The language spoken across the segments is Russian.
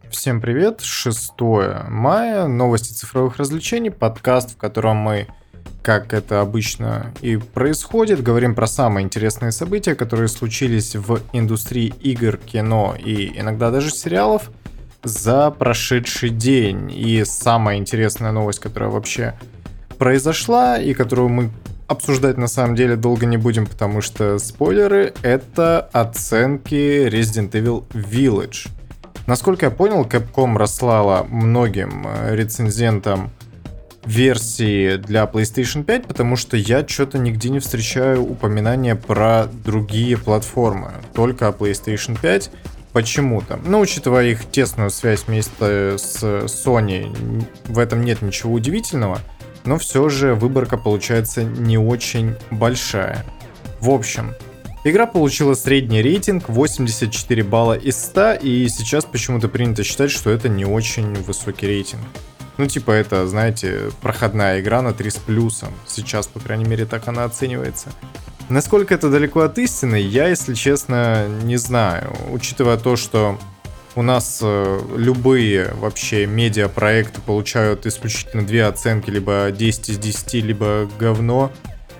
Всем привет, 6 мая, новости цифровых развлечений, подкаст, в котором мы, как это обычно и происходит, говорим про самые интересные события, которые случились в индустрии игр, кино и иногда даже сериалов за прошедший день. И самая интересная новость, которая вообще произошла и которую мы обсуждать на самом деле долго не будем, потому что спойлеры, это оценки Resident Evil Village. Насколько я понял, Capcom расслала многим рецензентам версии для PlayStation 5, потому что я что-то нигде не встречаю упоминания про другие платформы, только о PlayStation 5 почему-то. Но учитывая их тесную связь вместе с Sony, в этом нет ничего удивительного, но все же выборка получается не очень большая. В общем, игра получила средний рейтинг 84 балла из 100, и сейчас почему-то принято считать, что это не очень высокий рейтинг. Ну, типа, это, знаете, проходная игра на 3 с плюсом. Сейчас, по крайней мере, так она оценивается. Насколько это далеко от истины, я, если честно, не знаю. Учитывая то, что у нас любые вообще медиапроекты получают исключительно 2 оценки, либо 10 из 10, либо говно,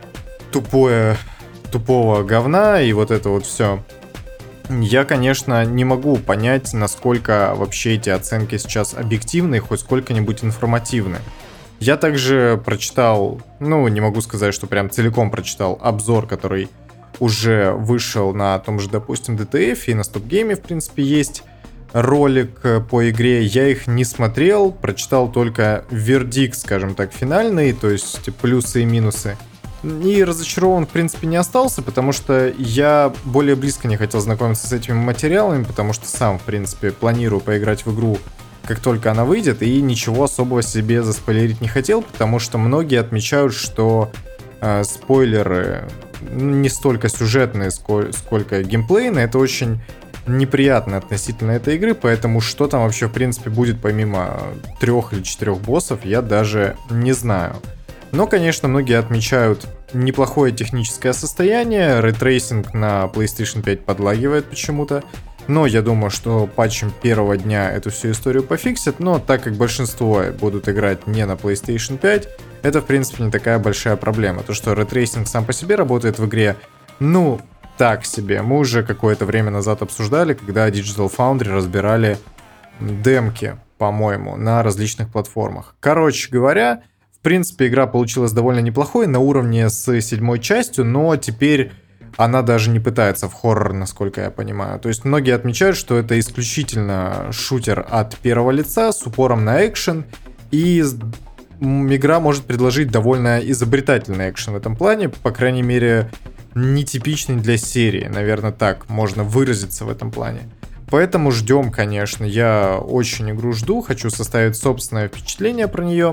тупого говна и вот это вот все. Я, конечно, не могу понять, насколько вообще эти оценки сейчас объективны, хоть сколько-нибудь информативны. Я также прочитал, не могу сказать, что прям целиком прочитал обзор, который уже вышел на том же, допустим, DTF, и на StopGame, в принципе, есть ролик по игре. Я их не смотрел, прочитал только вердикт, скажем так, финальный, то есть плюсы и минусы. И разочарован, в принципе, не остался, потому что я более близко не хотел знакомиться с этими материалами, потому что сам, в принципе, планирую поиграть в игру, как только она выйдет, и ничего особого себе заспойлерить не хотел, потому что многие отмечают, что спойлеры не столько сюжетные, сколько геймплейные. Это очень неприятно относительно этой игры, поэтому что там вообще, в принципе, будет помимо 3 или 4 боссов, я даже не знаю. Но, конечно, многие отмечают неплохое техническое состояние, рейтрейсинг на PlayStation 5 подлагивает почему-то, но я думаю, что патчем первого дня эту всю историю пофиксят, но так как большинство будут играть не на PlayStation 5, это, в принципе, не такая большая проблема. То, что рейтрейсинг сам по себе работает в игре, так себе. Мы уже какое-то время назад обсуждали, когда Digital Foundry разбирали демки, по-моему, на различных платформах. Короче говоря, в принципе, игра получилась довольно неплохой, на уровне с 7-й частью, но теперь она даже не пытается в хоррор, насколько я понимаю. То есть многие отмечают, что это исключительно шутер от первого лица с упором на экшен, и игра может предложить довольно изобретательный экшен в этом плане, по крайней мере, нетипичный для серии, наверное, так можно выразиться в этом плане. Поэтому ждем, конечно, я очень игру жду, хочу составить собственное впечатление про нее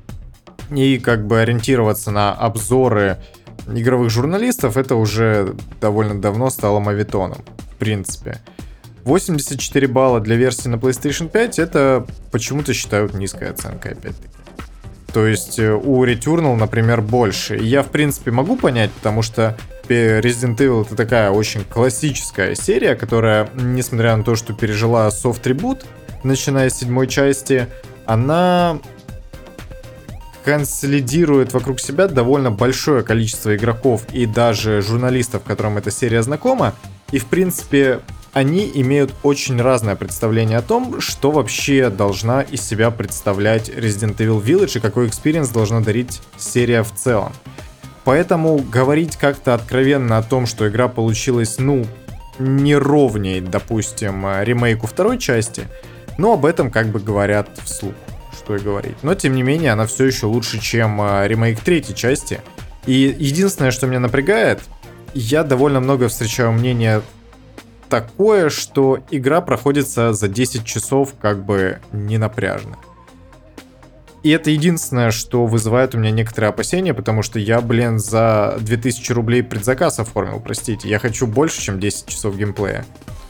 и как бы ориентироваться на обзоры игровых журналистов. Это уже довольно давно стало моветоном, в принципе. 84 балла для версии на PlayStation 5 это почему-то считают низкой оценкой, опять-таки. То есть у Returnal, например, больше. И я, в принципе, могу понять, потому что Resident Evil — это такая очень классическая серия, которая, несмотря на то, что пережила софт-ребут, начиная с 7-й части, она консолидирует вокруг себя довольно большое количество игроков и даже журналистов, которым эта серия знакома. И, в принципе, они имеют очень разное представление о том, что вообще должна из себя представлять Resident Evil Village и какой экспириенс должна дарить серия в целом. Поэтому говорить как-то откровенно о том, что игра получилась, не ровней, допустим, ремейку 2-й части, но об этом как бы говорят вслух, что и говорить. Но, тем не менее, она все еще лучше, чем ремейк 3-й части. И единственное, что меня напрягает, я довольно много встречаю мнение такое, что игра проходится за 10 часов как бы не напряжно. И это единственное, что вызывает у меня некоторые опасения, потому что я, за 2000 рублей предзаказ оформил, простите. Я хочу больше, чем 10 часов геймплея.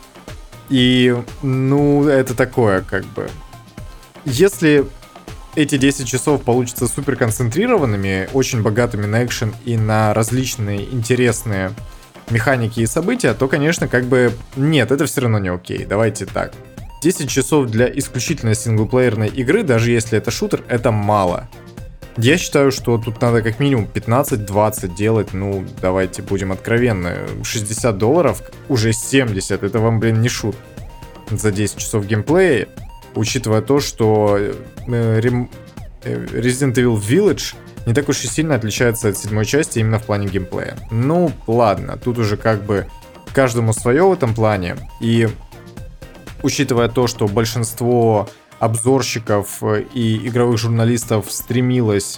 И, это такое, как бы. Если эти 10 часов получатся супер концентрированными, очень богатыми на экшен и на различные интересные механики и события, то, конечно, как бы нет, это все равно не окей. Давайте так. 10 часов для исключительно синглплеерной игры, даже если это шутер, это мало. Я считаю, что тут надо как минимум 15-20 делать, ну, давайте будем откровенны. $60, уже 70, это вам, блин, не шут. За 10 часов геймплея, учитывая то, что Resident Evil Village не так уж и сильно отличается от 7 части именно в плане геймплея. Ну, ладно, тут уже как бы каждому свое в этом плане. И учитывая то, что большинство обзорщиков и игровых журналистов стремилось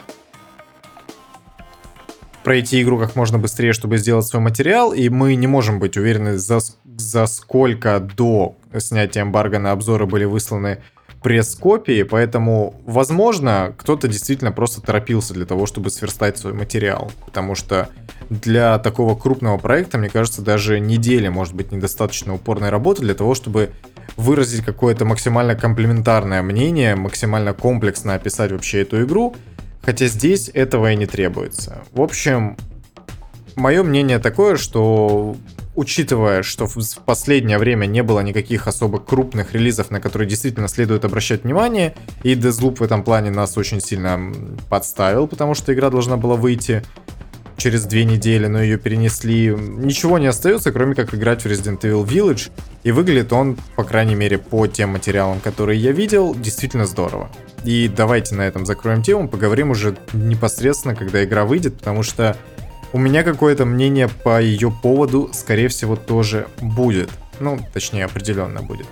пройти игру как можно быстрее, чтобы сделать свой материал, и мы не можем быть уверены, за сколько до снятия эмбарго на обзоры были высланы пресс-копии, поэтому, возможно, кто-то действительно просто торопился для того, чтобы сверстать свой материал, потому что для такого крупного проекта, мне кажется, даже недели может быть недостаточно упорной работы для того, чтобы выразить какое-то максимально комплементарное мнение, максимально комплексно описать вообще эту игру, хотя здесь этого и не требуется. В общем, мое мнение такое, что учитывая, что в последнее время не было никаких особо крупных релизов, на которые действительно следует обращать внимание, и Deathloop в этом плане нас очень сильно подставил, потому что игра должна была выйти через 2 недели, но ее перенесли. Ничего не остается, кроме как играть в Resident Evil Village, и выглядит он, по крайней мере, по тем материалам, которые я видел, действительно здорово. И давайте на этом закроем тему, поговорим уже непосредственно, когда игра выйдет, потому что у меня какое-то мнение по ее поводу, скорее всего, тоже будет. Ну, точнее, определенно будет.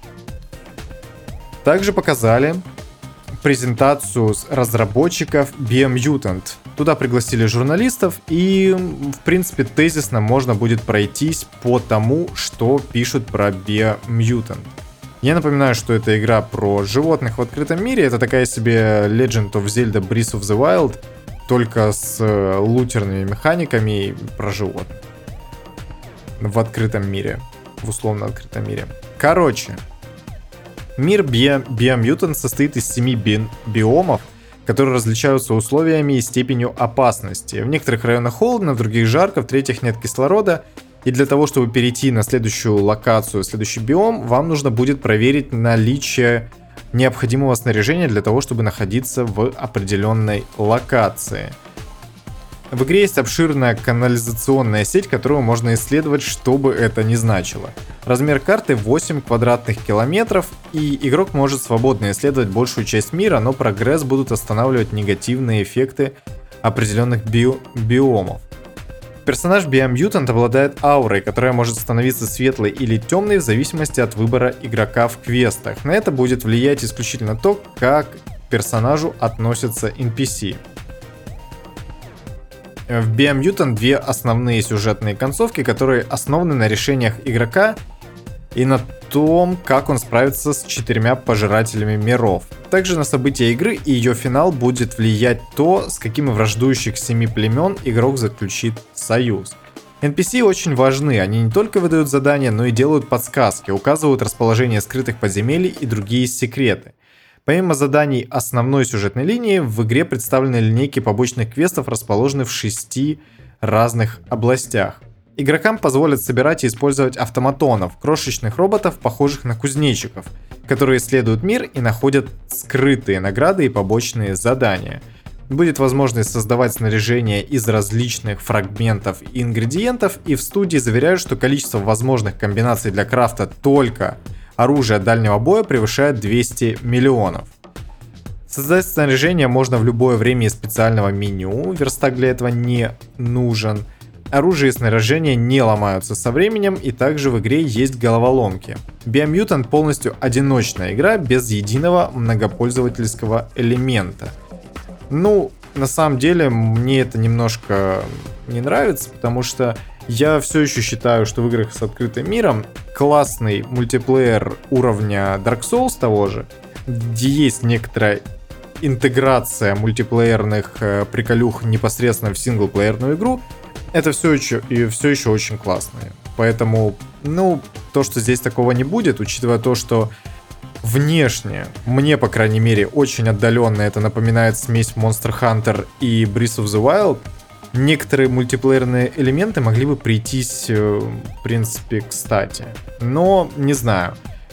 Также показали презентацию разработчиков Biomutant. Туда пригласили журналистов, и, в принципе, тезисно можно будет пройтись по тому, что пишут про Biomutant. Я напоминаю, что это игра про животных в открытом мире. Это такая себе Legend of Zelda Breath of the Wild, только с лутерными механиками и про животных. В открытом мире. В условно открытом мире. Короче, мир Biomutant состоит из 7 биомов, которые различаются условиями и степенью опасности. В некоторых районах холодно, в других жарко, в третьих нет кислорода. И для того, чтобы перейти на следующую локацию, следующий биом, вам нужно будет проверить наличие необходимого снаряжения для того, чтобы находиться в определенной локации. В игре есть обширная канализационная сеть, которую можно исследовать, что бы это ни значило. Размер карты 8 квадратных километров, и игрок может свободно исследовать большую часть мира, но прогресс будут останавливать негативные эффекты определенных биомов. Персонаж Biomutant обладает аурой, которая может становиться светлой или темной в зависимости от выбора игрока в квестах. На это будет влиять исключительно то, как к персонажу относятся NPC. В Biomutant 2 основные сюжетные концовки, которые основаны на решениях игрока и на том, как он справится с 4 пожирателями миров. Также на события игры и ее финал будет влиять то, с какими враждующих 7 племен игрок заключит союз. NPC очень важны, они не только выдают задания, но и делают подсказки, указывают расположение скрытых подземелий и другие секреты. Помимо заданий основной сюжетной линии, в игре представлены линейки побочных квестов, расположенных в 6 разных областях. Игрокам позволят собирать и использовать автоматонов, крошечных роботов, похожих на кузнечиков, которые исследуют мир и находят скрытые награды и побочные задания. Будет возможность создавать снаряжение из различных фрагментов и ингредиентов, и в студии заверяют, что количество возможных комбинаций для крафта только оружия дальнего боя превышает 200 миллионов. Создать снаряжение можно в любое время из специального меню, верстак для этого не нужен. Оружие и снаряжение не ломаются со временем, и также в игре есть головоломки. Biomutant полностью одиночная игра без единого многопользовательского элемента. Ну, на самом деле, мне это немножко не нравится, потому что я все еще считаю, что в играх с открытым миром классный мультиплеер уровня Dark Souls того же, где есть некоторая интеграция мультиплеерных приколюх непосредственно в синглплеерную игру, это все еще очень классно. Поэтому, то, что здесь такого не будет, учитывая то, что внешне, мне, по крайней мере, очень отдаленно это напоминает смесь Monster Hunter и Breath of the Wild, некоторые мультиплеерные элементы могли бы прийтись, в принципе, кстати. Но, не знаю.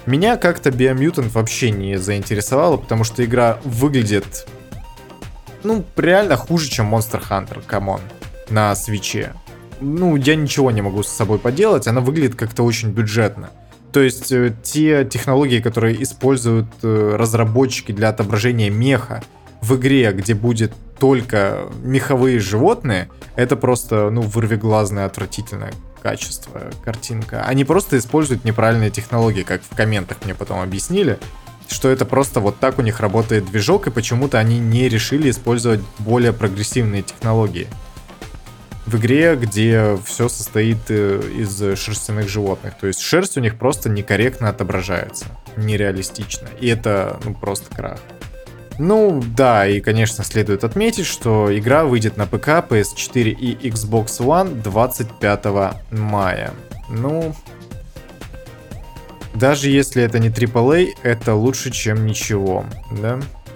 Меня как-то Biomutant вообще не заинтересовало, потому что игра выглядит, ну, реально хуже, чем Monster Hunter, камон, на свитче. Ну, я ничего не могу с собой поделать, она выглядит как-то очень бюджетно. То есть те технологии, которые используют разработчики для отображения меха в игре, где будет только меховые животные, это просто, ну, вырвиглазное, отвратительное качество, картинка. Они просто используют неправильные технологии, как в комментах мне потом объяснили, что это просто вот так у них работает движок, и почему-то они не решили использовать более прогрессивные технологии в игре, где все состоит из шерстяных животных. То есть шерсть у них просто некорректно отображается, нереалистично. И это, ну, просто крах. Ну, да, и, конечно, следует отметить, что игра выйдет на ПК, PS4 и Xbox One 25 мая. Ну, даже если это не AAA, это лучше, чем ничего, да?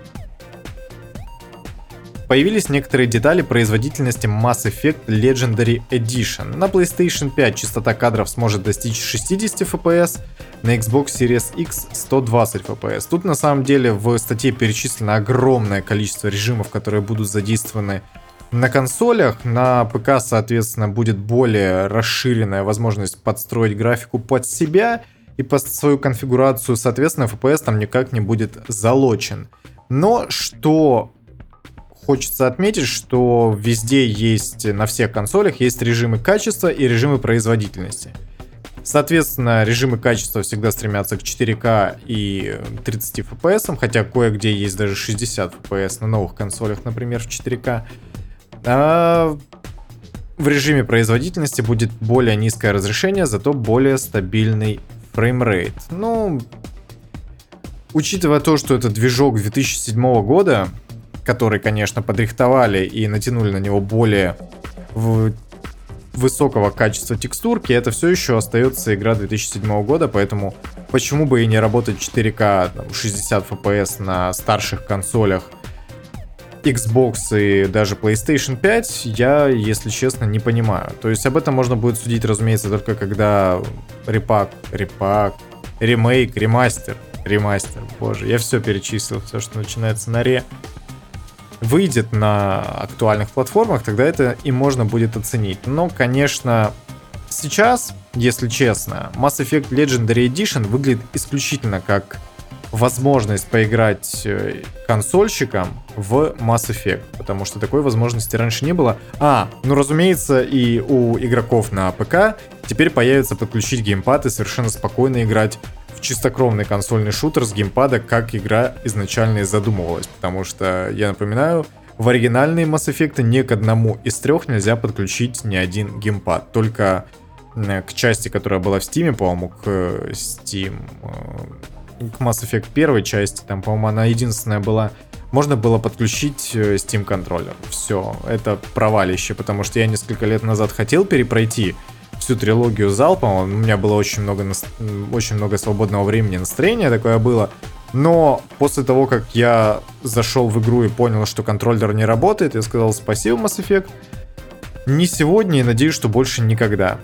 Появились некоторые детали производительности Mass Effect Legendary Edition. На PlayStation 5 частота кадров сможет достичь 60 FPS, на Xbox Series X 120 FPS. Тут на самом деле в статье перечислено огромное количество режимов, которые будут задействованы на консолях. На ПК, соответственно, будет более расширенная возможность подстроить графику под себя и под свою конфигурацию. Соответственно, FPS там никак не будет залочен. Но что хочется отметить, что везде есть, на всех консолях есть режимы качества и режимы производительности. Соответственно, режимы качества всегда стремятся к 4К и 30 FPS, хотя кое-где есть даже 60 FPS на новых консолях, например, в 4К. А в режиме производительности будет более низкое разрешение, зато более стабильный фреймрейт. Ну, учитывая то, что это движок 2007 года, который, конечно, подрихтовали и натянули на него более высокого качества текстурки, это все еще остается игра 2007 года, поэтому почему бы и не работать 4К, там, 60 FPS на старших консолях Xbox и даже PlayStation 5, я, если честно, не понимаю. То есть об этом можно будет судить, разумеется, только когда ремейк, ремастер, боже, я все перечислил, все, что начинается на выйдет на актуальных платформах, тогда это и можно будет оценить. Но, конечно, сейчас, если честно, Mass Effect Legendary Edition выглядит исключительно как возможность поиграть консольщикам в Mass Effect, потому что такой возможности раньше не было. Ну, разумеется, и у игроков на ПК теперь появится подключить геймпад и совершенно спокойно играть в чистокровный консольный шутер с геймпада, как игра изначально и задумывалась. Потому что, я напоминаю, в оригинальные Mass Effect ни к одному из трех нельзя подключить ни один геймпад. Только к части, которая была в Steam, по-моему, к Mass Effect первой части, там, по-моему, она единственная была, можно было подключить Steam контроллер. Все, это провалище, потому что я несколько лет назад хотел перепройти всю трилогию залпом, у меня было очень много свободного времени, настроения такое было, но после того, как я зашел в игру и понял, что контроллер не работает, я сказал спасибо, Mass Effect, не сегодня и надеюсь, что больше никогда.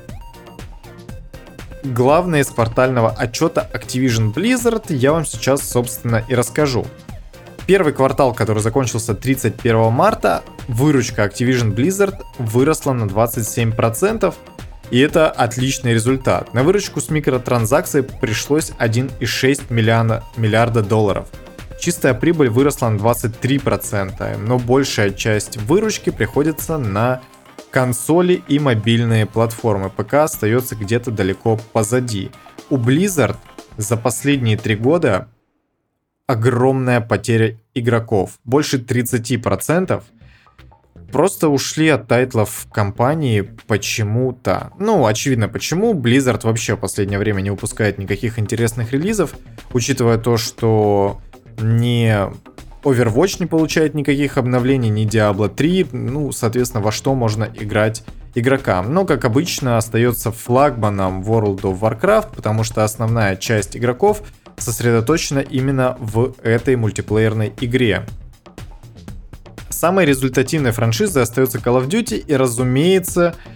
Главное из квартального отчета Activision Blizzard я вам сейчас, собственно, и расскажу. Первый квартал, который закончился 31 марта, выручка Activision Blizzard выросла на 27%, и это отличный результат. На выручку с микротранзакций пришлось 1,6 миллиарда долларов. Чистая прибыль выросла на 23%, но большая часть выручки приходится на консоли и мобильные платформы. ПК остается где-то далеко позади. У Blizzard за последние 3 года огромная потеря игроков. Больше 30% просто ушли от тайтлов компании почему-то. Ну, очевидно почему. Blizzard вообще в последнее время не выпускает никаких интересных релизов, учитывая то, что ни Overwatch не получает никаких обновлений, ни Diablo 3, ну, соответственно, во что можно играть игрокам. Но, как обычно, остается флагманом World of Warcraft, потому что основная часть игроков сосредоточена именно в этой мультиплеерной игре. Самой результативной франшизой остается Call of Duty, и, разумеется,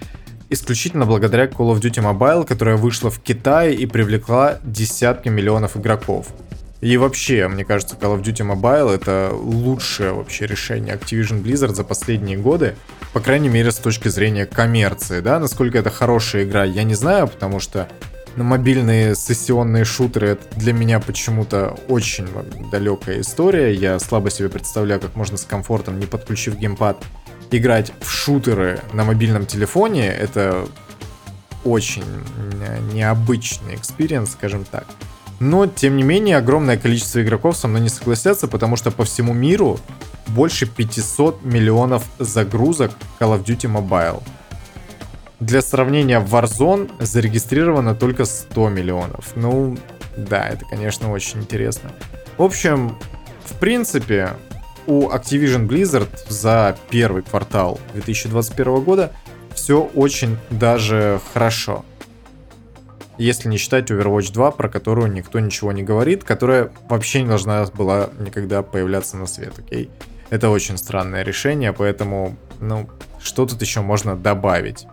исключительно благодаря Call of Duty Mobile, которая вышла в Китае и привлекла десятки миллионов игроков. И вообще, мне кажется, Call of Duty Mobile это лучшее вообще решение Activision Blizzard за последние годы, по крайней мере с точки зрения коммерции, да, насколько это хорошая игра, я не знаю, потому что мобильные сессионные шутеры это для меня почему-то очень далекая история, я слабо себе представляю, как можно с комфортом, не подключив геймпад, играть в шутеры на мобильном телефоне. Это очень необычный экспириенс, скажем так. Но, тем не менее, огромное количество игроков со мной не согласятся, потому что по всему миру больше 500 миллионов загрузок Call of Duty Mobile. Для сравнения, в Warzone зарегистрировано только 100 миллионов. Ну, да, это, конечно, очень интересно. В общем, в принципе, у Activision Blizzard за первый квартал 2021 года все очень даже хорошо. Если не считать Overwatch 2, про которую никто ничего не говорит, которая вообще не должна была никогда появляться на свет, окей? Это очень странное решение, поэтому, что тут еще можно добавить?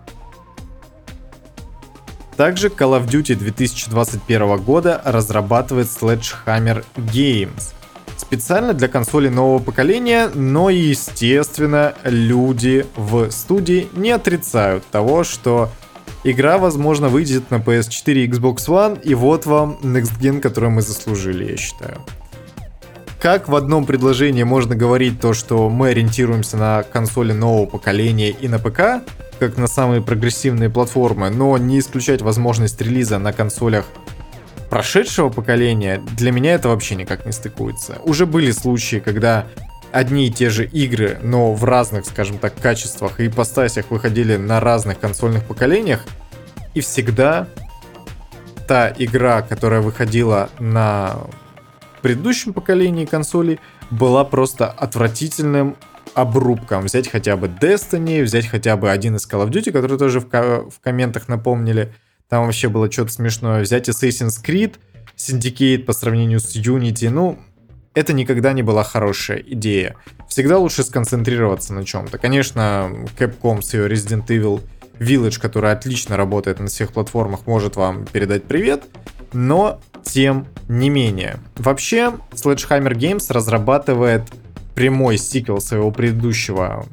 Также Call of Duty 2021 года разрабатывает Sledgehammer Games. Специально для консолей нового поколения, но, естественно, люди в студии не отрицают того, что игра, возможно, выйдет на PS4 и Xbox One, и вот вам Next Gen, который мы заслужили, я считаю. Как в одном предложении можно говорить то, что мы ориентируемся на консоли нового поколения и на ПК, как на самые прогрессивные платформы, но не исключать возможность релиза на консолях прошедшего поколения, для меня это вообще никак не стыкуется. Уже были случаи, когда одни и те же игры, но в разных, скажем так, качествах и ипостасях выходили на разных консольных поколениях, и всегда та игра, которая выходила на предыдущем поколении консолей, была просто отвратительным обрубком. Взять хотя бы Destiny, взять хотя бы один из Call of Duty, который тоже в комментах напомнили, там вообще было что-то смешное. Взять Assassin's Creed, Syndicate по сравнению с Unity, это никогда не была хорошая идея. Всегда лучше сконцентрироваться на чем-то. Конечно, Capcom с ее Resident Evil Village, которая отлично работает на всех платформах, может вам передать привет, но тем не менее. Вообще, Sledgehammer Games разрабатывает прямой сиквел своего предыдущего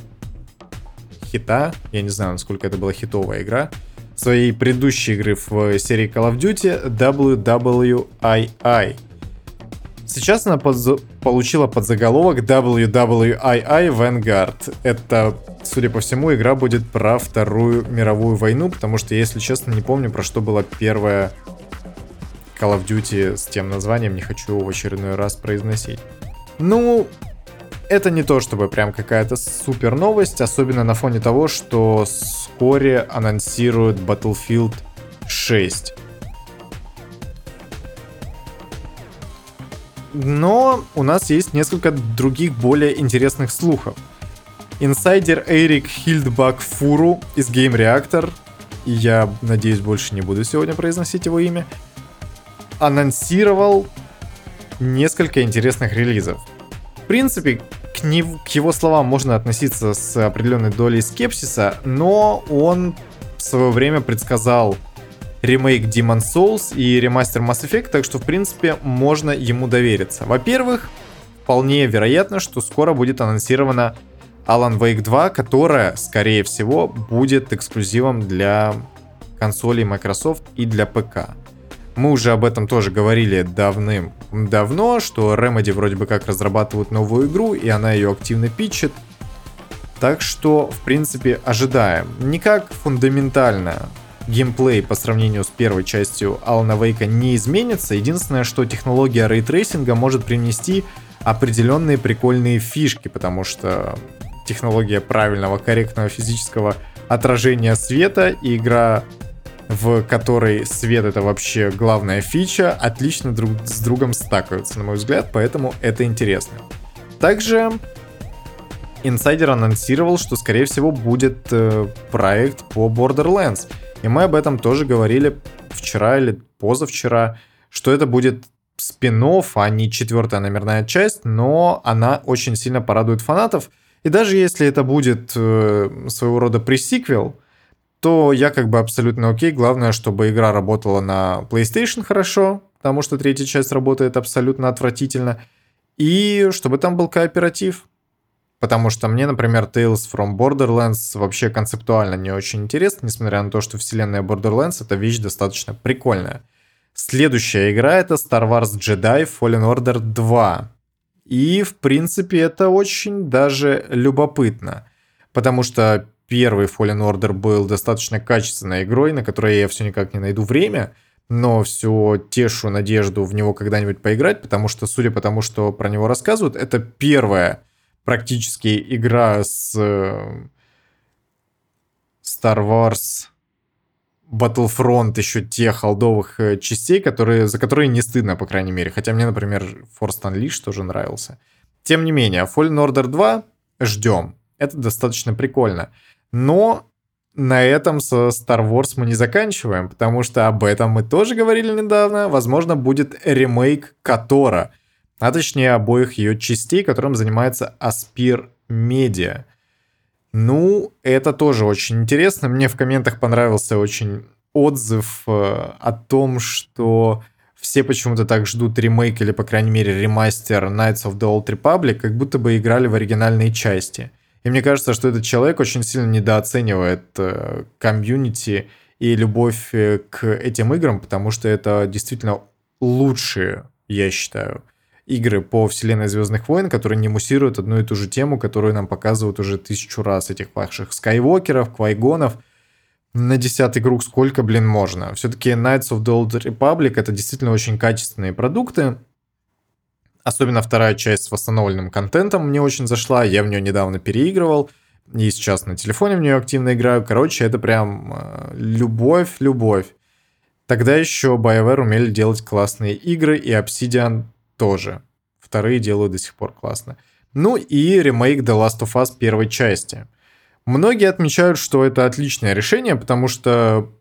хита, я не знаю, насколько это была хитовая игра, своей предыдущей игры в серии Call of Duty WWII. Сейчас она получила подзаголовок WWII Vanguard. Это, судя по всему, игра будет про Вторую мировую войну, потому что, если честно, не помню, про что была первая Call of Duty с тем названием, не хочу его в очередной раз произносить. Это не то чтобы прям какая-то супер новость, особенно на фоне того, что вскоре анонсируют Battlefield 6. Но у нас есть несколько других более интересных слухов. Инсайдер Эрик Хильдбак Фуру из Game Reactor, и я надеюсь, больше не буду сегодня произносить его имя, анонсировал несколько интересных релизов. В принципе, к его словам можно относиться с определенной долей скепсиса, но он в свое время предсказал ремейк Demon's Souls и ремастер Mass Effect, так что, в принципе, можно ему довериться. Во-первых, вполне вероятно, что скоро будет анонсирована Alan Wake 2, которая, скорее всего, будет эксклюзивом для консолей Microsoft и для ПК. Мы уже об этом тоже говорили давным-давно, что Remedy вроде бы как разрабатывают новую игру, и она ее активно питчит. Так что, в принципе, ожидаем. Никак фундаментально геймплей по сравнению с первой частью Alan Wake не изменится. Единственное, что технология рейтрейсинга может принести определенные прикольные фишки, потому что технология правильного, корректного физического отражения света и игра, в которой свет — это вообще главная фича, отлично друг с другом стакаются, на мой взгляд, поэтому это интересно. Также инсайдер анонсировал, что, скорее всего, будет проект по Borderlands. И мы об этом тоже говорили вчера или позавчера, что это будет спин-офф, а не 4-я номерная часть, но она очень сильно порадует фанатов. И даже если это будет своего рода пресиквел, то я как бы абсолютно окей. Главное, чтобы игра работала на PlayStation хорошо, потому что третья часть работает абсолютно отвратительно. И чтобы там был кооператив. Потому что мне, например, Tales from Borderlands вообще концептуально не очень интересно, несмотря на то, что вселенная Borderlands — это вещь достаточно прикольная. Следующая игра — это Star Wars Jedi Fallen Order 2. И, в принципе, это очень даже любопытно. Потому что первый Fallen Order был достаточно качественной игрой, на которой я все никак не найду время, но все тешу надежду в него когда-нибудь поиграть, потому что, судя по тому, что про него рассказывают, это первая практически игра с Star Wars Battlefront еще тех олдовых частей, за которые не стыдно, по крайней мере. Хотя мне, например, Force Unleashed тоже нравился. Тем не менее, Fallen Order 2 ждем. Это достаточно прикольно. Но на этом со Star Wars мы не заканчиваем, потому что об этом мы тоже говорили недавно. Возможно, будет ремейк Котора, а точнее обоих ее частей, которым занимается Aspyr Media. Ну, это тоже очень интересно. Мне в комментах понравился очень отзыв о том, что все почему-то так ждут ремейк или, по крайней мере, ремастер Knights of the Old Republic, как будто бы играли в оригинальные части. И мне кажется, что этот человек очень сильно недооценивает комьюнити и любовь к этим играм, потому что это действительно лучшие, я считаю, игры по вселенной Звездных войн, которые не муссируют одну и ту же тему, которую нам показывают уже 1000 раз, этих ваших Скайуокеров, Квайгонов. На 10-й круг сколько, можно? Все-таки Knights of the Old Republic — это действительно очень качественные продукты. Особенно вторая часть с восстановленным контентом мне очень зашла. Я в нее недавно переигрывал. И сейчас на телефоне в нее активно играю. Короче, это прям любовь. Тогда еще BioWare умели делать классные игры, и Obsidian тоже. Вторые делают до сих пор классно. Ну и ремейк The Last of Us первой части. Многие отмечают, что это отличное решение, потому что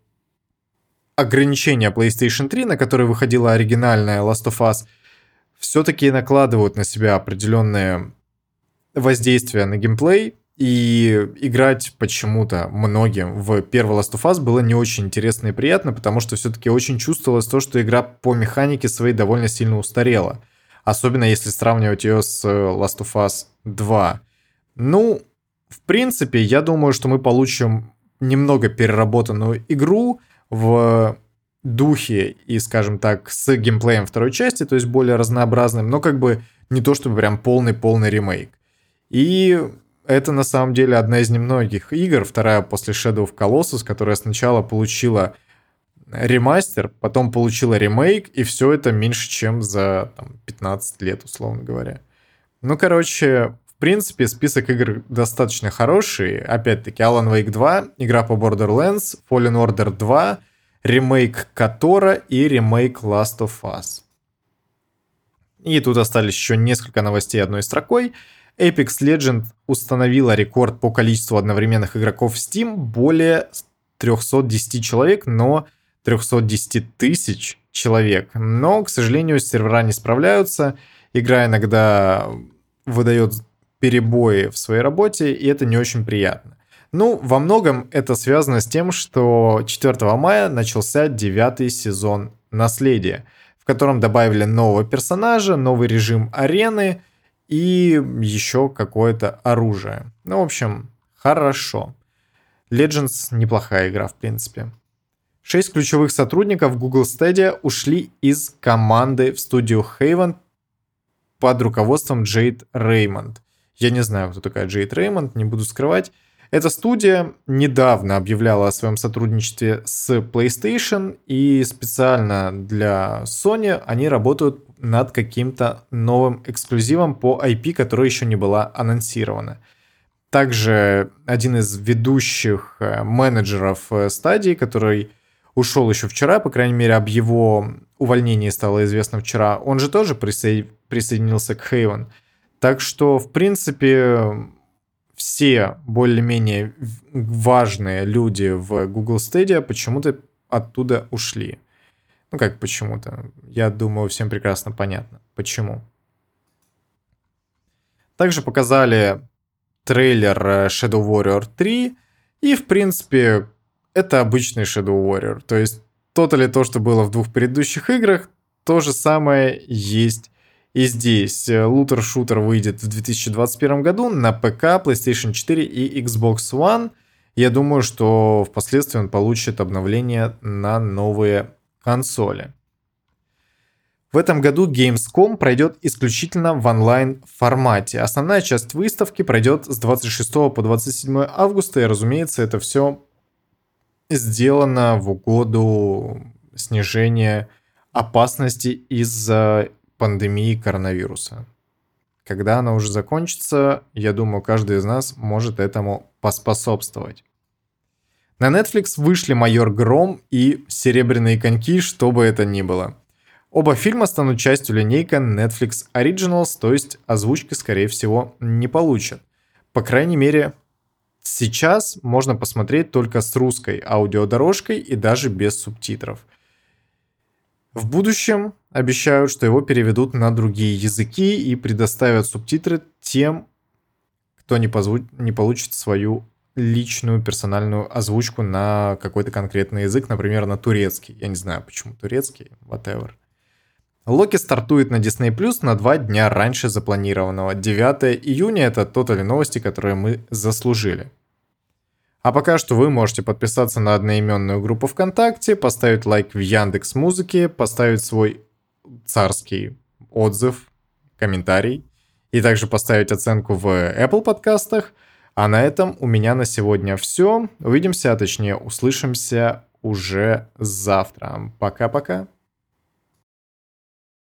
ограничения PlayStation 3, на которые выходила оригинальная Last of Us, все-таки накладывают на себя определенные воздействия на геймплей, и играть почему-то многим в первый Last of Us было не очень интересно и приятно, потому что все-таки очень чувствовалось то, что игра по механике своей довольно сильно устарела. Особенно если сравнивать ее с Last of Us 2. Ну, в принципе, я думаю, что мы получим немного переработанную игру в духе и, скажем так, с геймплеем второй части, то есть более разнообразным, но как бы не то чтобы прям полный ремейк. И это на самом деле одна из немногих игр, вторая после Shadow of Colossus, которая сначала получила ремастер, потом получила ремейк, и все это меньше, чем за 15 лет, условно говоря. Ну, короче, в принципе, список игр достаточно хороший. Опять-таки, Alan Wake 2, игра по Borderlands, Fallen Order 2, ремейк Котора и ремейк Last of Us. И тут остались еще несколько новостей одной строкой. Apex Legends установила рекорд по количеству одновременных игроков в Steam, более 310 человек, но 310 тысяч человек. Но, к сожалению, сервера не справляются. Игра иногда выдает перебои в своей работе, и это не очень приятно. Ну, во многом это связано с тем, что 4 мая начался 9-й сезон «Наследие», в котором добавили нового персонажа, новый режим арены и еще какое-то оружие. Ну, в общем, хорошо. Legends неплохая игра, в принципе. 6 ключевых сотрудников Google Stadia ушли из команды в студию Haven под руководством Джейд Реймонд. Я не знаю, кто такая Джейд Реймонд, не буду скрывать. Эта студия недавно объявляла о своем сотрудничестве с PlayStation, и специально для Sony они работают над каким-то новым эксклюзивом по IP, которая еще не была анонсирована. Также один из ведущих менеджеров стадии, который ушел еще вчера, по крайней мере, об его увольнении стало известно вчера, он же тоже присоединился к Haven. Так что, в принципе, все более-менее важные люди в Google Stadia почему-то оттуда ушли. Ну, как почему-то. Я думаю, всем прекрасно понятно, почему. Также показали трейлер Shadow Warrior 3. И, в принципе, это обычный Shadow Warrior. То есть то, что было в двух предыдущих играх, то же самое есть и здесь. Лутер-шутер выйдет в 2021 году на ПК, PlayStation 4 и Xbox One. Я думаю, что впоследствии он получит обновление на новые консоли. В этом году Gamescom пройдет исключительно в онлайн-формате. Основная часть выставки пройдет с 26 по 27 августа, и, разумеется, это все сделано в угоду снижения опасности из-за пандемии коронавируса. Когда она уже закончится, я думаю, каждый из нас может этому поспособствовать. На Netflix вышли «Майор Гром» и «Серебряные коньки», что бы это ни было. Оба фильма станут частью линейки Netflix Originals, то есть озвучки, скорее всего, не получат. По крайней мере, сейчас можно посмотреть только с русской аудиодорожкой и даже без субтитров. В будущем обещают, что его переведут на другие языки и предоставят субтитры тем, кто не получит свою личную персональную озвучку на какой-то конкретный язык, например, на турецкий. Я не знаю, почему турецкий, whatever. Локи стартует на Disney Plus на 2 дня раньше запланированного. 9 июня это тотали новости, которые мы заслужили. А пока что вы можете подписаться на одноименную группу ВКонтакте, поставить лайк в Яндекс.Музыке, поставить свой царский отзыв, комментарий, и также поставить оценку в Apple подкастах. А на этом у меня на сегодня все. Увидимся, а точнее услышимся уже завтра. Пока-пока.